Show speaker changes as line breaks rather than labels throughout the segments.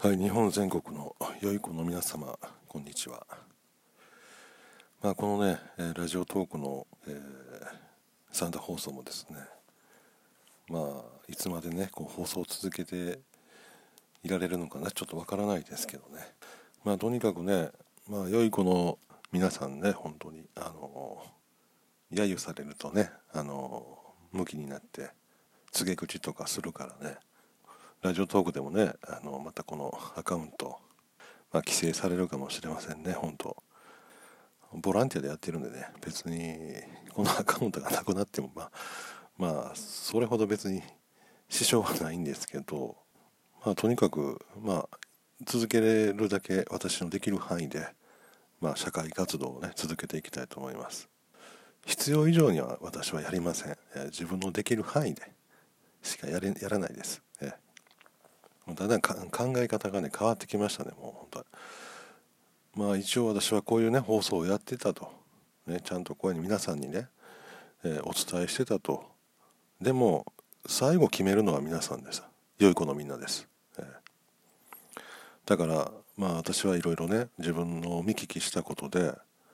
はい、日本全国の良い子の皆様、こんにちは。このね、ラジオトークの、サンダ放送もですね、いつまでね、こう放送を続けていられるのかな、ちょっとわからないですけどね。とにかくね、良い子の皆さんね、本当に、揶揄されるとね、向きになって、告げ口とかするからね、ラジオトークでもね、またこのアカウント、規制されるかもしれませんね、本当。ボランティアでやってるんでね、別にこのアカウントがなくなってもそれほど別に支障はないんですけど、とにかく続けれるだけ私のできる範囲で社会活動をね続けていきたいと思います。必要以上には私はやりません。自分のできる範囲でしかやらないです。だんだん考え方がね変わってきましたね。もう本当は一応私はこういうね放送をやってたと、ちゃんとこういうふうに皆さんにね、お伝えしてたと。でも最後決めるのは皆さんです。良い子のみんなです。だから私はいろいろね自分の見聞きしたことで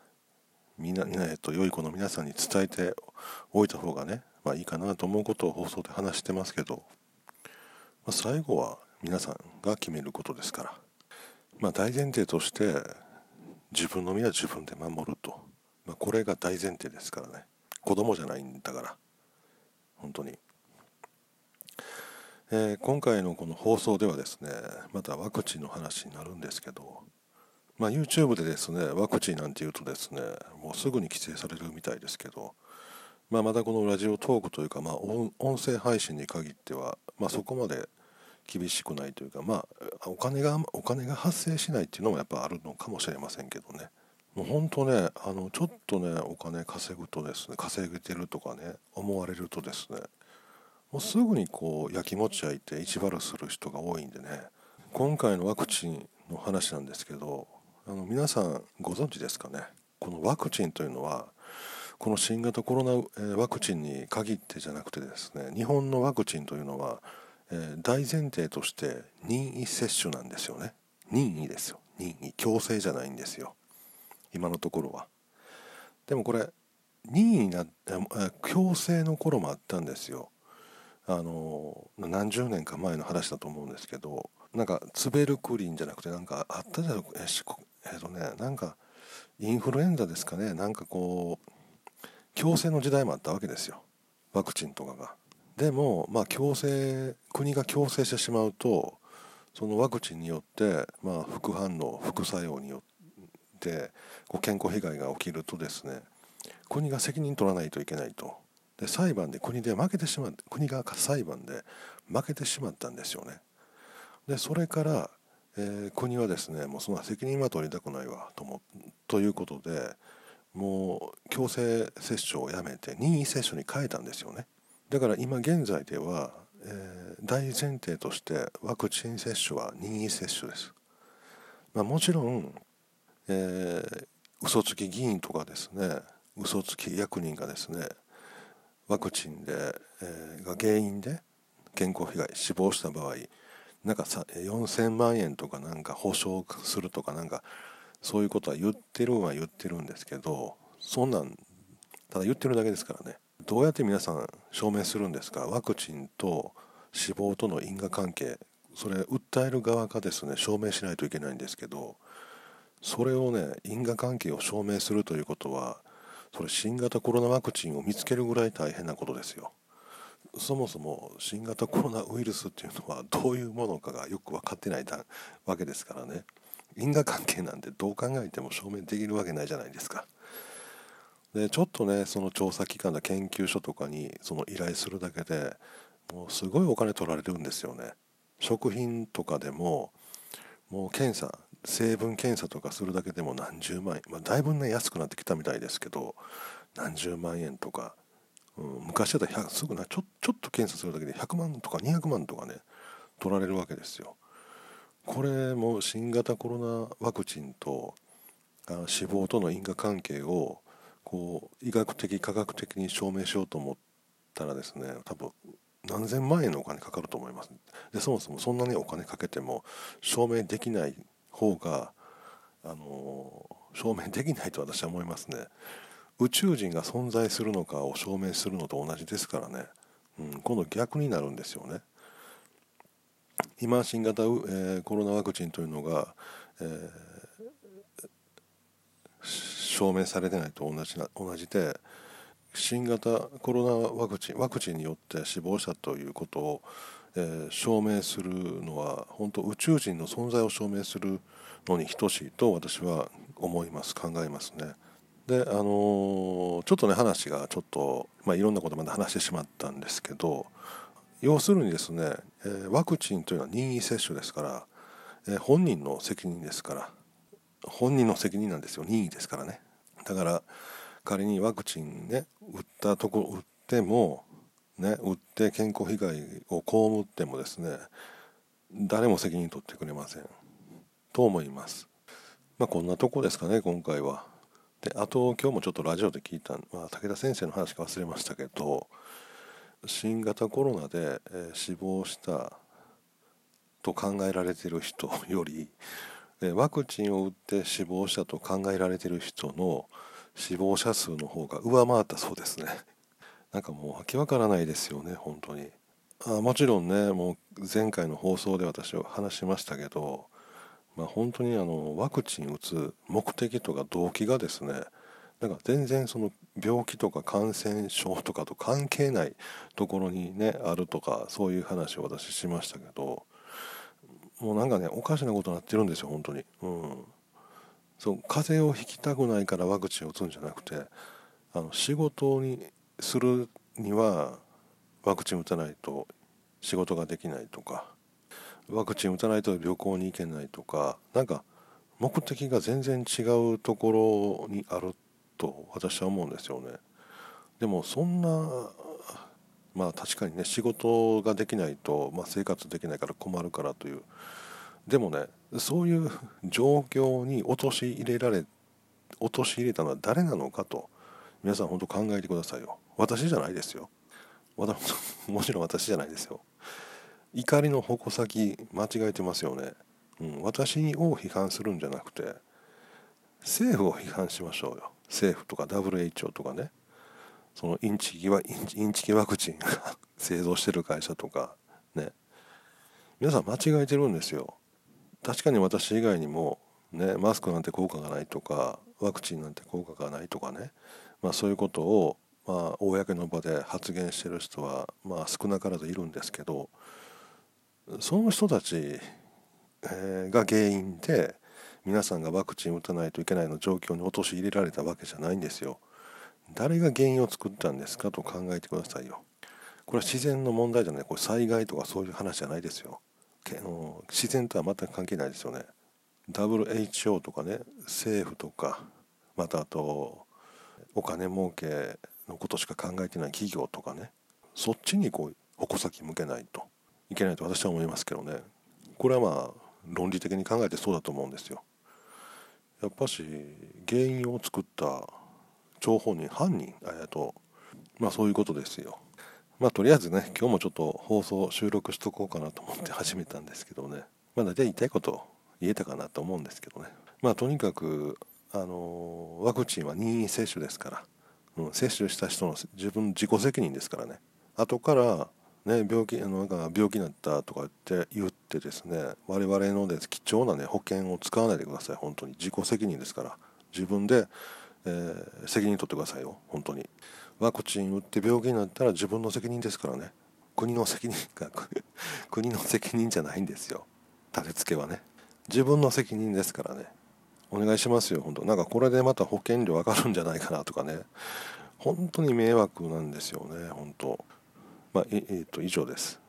良い子の皆さんに伝えておいた方がね、いいかなと思うことを放送で話してますけど、最後は皆さんが決めることですから、大前提として自分の身は自分で守ると、これが大前提ですからね。子供じゃないんだから本当に。今回のこの放送ではですね、またワクチンの話になるんですけど、YouTube でですねワクチンなんて言うとですねもうすぐに規制されるみたいですけど、またこのラジオトークというか、音声配信に限っては、そこまで厳しくないというか、お金が発生しないっていうのもやっぱあるのかもしれませんけどね。もう本当ね、ちょっとねお金稼ぐとですね、稼げてるとかね思われるとですね、もうすぐにこうやきもち焼いて意地悪する人が多いんでね。今回のワクチンの話なんですけど、皆さんご存知ですかね。このワクチンというのはこの新型コロナワクチンに限ってじゃなくてですね、日本のワクチンというのは、大前提として任意接種なんですよね。任意ですよ。任意。強制じゃないんですよ。今のところは。でもこれ任意な強制の頃もあったんですよ。何十年か前の話だと思うんですけど、なんかツベルクリンじゃなくてなんかあったじゃなんかインフルエンザですかね。なんかこう強制の時代もあったわけですよ、ワクチンとかが。でも国が強制してしまうと、そのワクチンによって副反応副作用によってこう健康被害が起きるとですね、国が責任取らないといけないと。で裁判で国が裁判で負けてしまったんですよね。でそれから、国はですねもうその責任は取りたくないわということで、もう強制接種をやめて任意接種に変えたんですよね。だから今現在では、大前提としてワクチン接種は任意接種です。もちろん、嘘つき議員とかですね、嘘つき役人がですねワクチンが原因で健康被害死亡した場合なんか4000万円とかなんか保証するとかなんかそういうことは言ってるんですけど、そんなんただ言ってるだけですからね。どうやって皆さん証明するんですか。ワクチンと死亡との因果関係、それ訴える側がですね証明しないといけないんですけど、それをね因果関係を証明するということは、それ新型コロナワクチンを見つけるぐらい大変なことですよ。そもそも新型コロナウイルスっていうのはどういうものかがよく分かってないわけですからね。因果関係なんてどう考えても証明できるわけないじゃないですか。でちょっとねその調査機関の研究所とかにその依頼するだけでもうすごいお金取られるんですよね。食品とかでももう成分検査とかするだけでも何十万円、だいぶね安くなってきたみたいですけど、何十万円とか、昔だったらすぐちょっと検査するだけで100万とか200万とかね取られるわけですよ。これも新型コロナワクチンと死亡との因果関係をこう医学的科学的に証明しようと思ったらですね、多分何千万円のお金かかると思います。でそもそもそんなにお金かけても証明できない方が証明できないと私は思いますね。宇宙人が存在するのかを証明するのと同じですからね、今度逆になるんですよね。今新型、コロナワクチンというのが、証明されてないと同じで、新型コロナワクチンによって死亡者ということを、証明するのは本当宇宙人の存在を証明するのに等しいと私は思います。考えますね。でちょっとね話がちょっと、いろんなことまで話してしまったんですけど、要するにですね、ワクチンというのは任意接種ですから、本人の責任ですから、本人の責任なんですよ。任意ですからね。だから仮にワクチンね打ってもね、打って健康被害を被ってもですね、誰も責任取ってくれませんと思います。こんなとこですかね今回は。であと今日もちょっとラジオで聞いた、武田先生の話か忘れましたけど、新型コロナで、死亡したと考えられている人より、ワクチンを打って死亡したと考えられている人の死亡者数の方が上回ったそうですね。なんかもうわけわからないですよね本当に。もちろんね、もう前回の放送で私は話しましたけど、本当にワクチン打つ目的とか動機がですね、なんか全然その病気とか感染症とかと関係ないところにねあるとか、そういう話を私しましたけど、もうなんかねおかしなことになってるんですよ本当に。そう風邪をひきたくないからワクチンを打つんじゃなくて、仕事にするにはワクチン打たないと仕事ができないとか、ワクチン打たないと旅行に行けないとか、なんか目的が全然違うところにあると私は思うんですよね。でもそんな、確かにね仕事ができないと、生活できないから困るからという、でもねそういう状況に陥れたのは誰なのかと、皆さん本当考えてくださいよ。私じゃないですよ。もちろん私じゃないですよ。怒りの矛先間違えてますよね。私を批判するんじゃなくて政府を批判しましょうよ。政府とか WHO とかね、そのインチキワクチンが製造してる会社とかね、皆さん間違えてるんですよ。確かに私以外にもね、マスクなんて効果がないとかワクチンなんて効果がないとかね、そういうことを公の場で発言してる人は少なからずいるんですけど、その人たちが原因で皆さんがワクチン打たないといけないの状況に陥れられたわけじゃないんですよ。誰が原因を作ったんですかと考えてくださいよ。これは自然の問題じゃない、これ災害とかそういう話じゃないですよ。自然とは全く関係ないですよね。 WHO とかね、政府とか、またあとお金儲けのことしか考えてない企業とかね、そっちに矛先向けないといけないと私は思いますけどね。これは論理的に考えてそうだと思うんですよ。やっぱし原因を作った張本人犯人そういうことですよ。とりあえずね今日もちょっと放送収録しとこうかなと思って始めたんですけどね、大体言いたいこと言えたかなと思うんですけどね。とにかくワクチンは任意接種ですから、接種した人の自己責任ですからね。後からね、病気になったとか言ってですね、我々の貴重なね保険を使わないでください。本当に自己責任ですから、自分で、責任取ってくださいよ本当に。ワクチン打って病気になったら自分の責任ですからね。国の責任が国の責任じゃないんですよ。立て付けはね、自分の責任ですからね。お願いしますよ本当。これでまた保険料上がるんじゃないかなとかね、本当に迷惑なんですよね本当。以上です。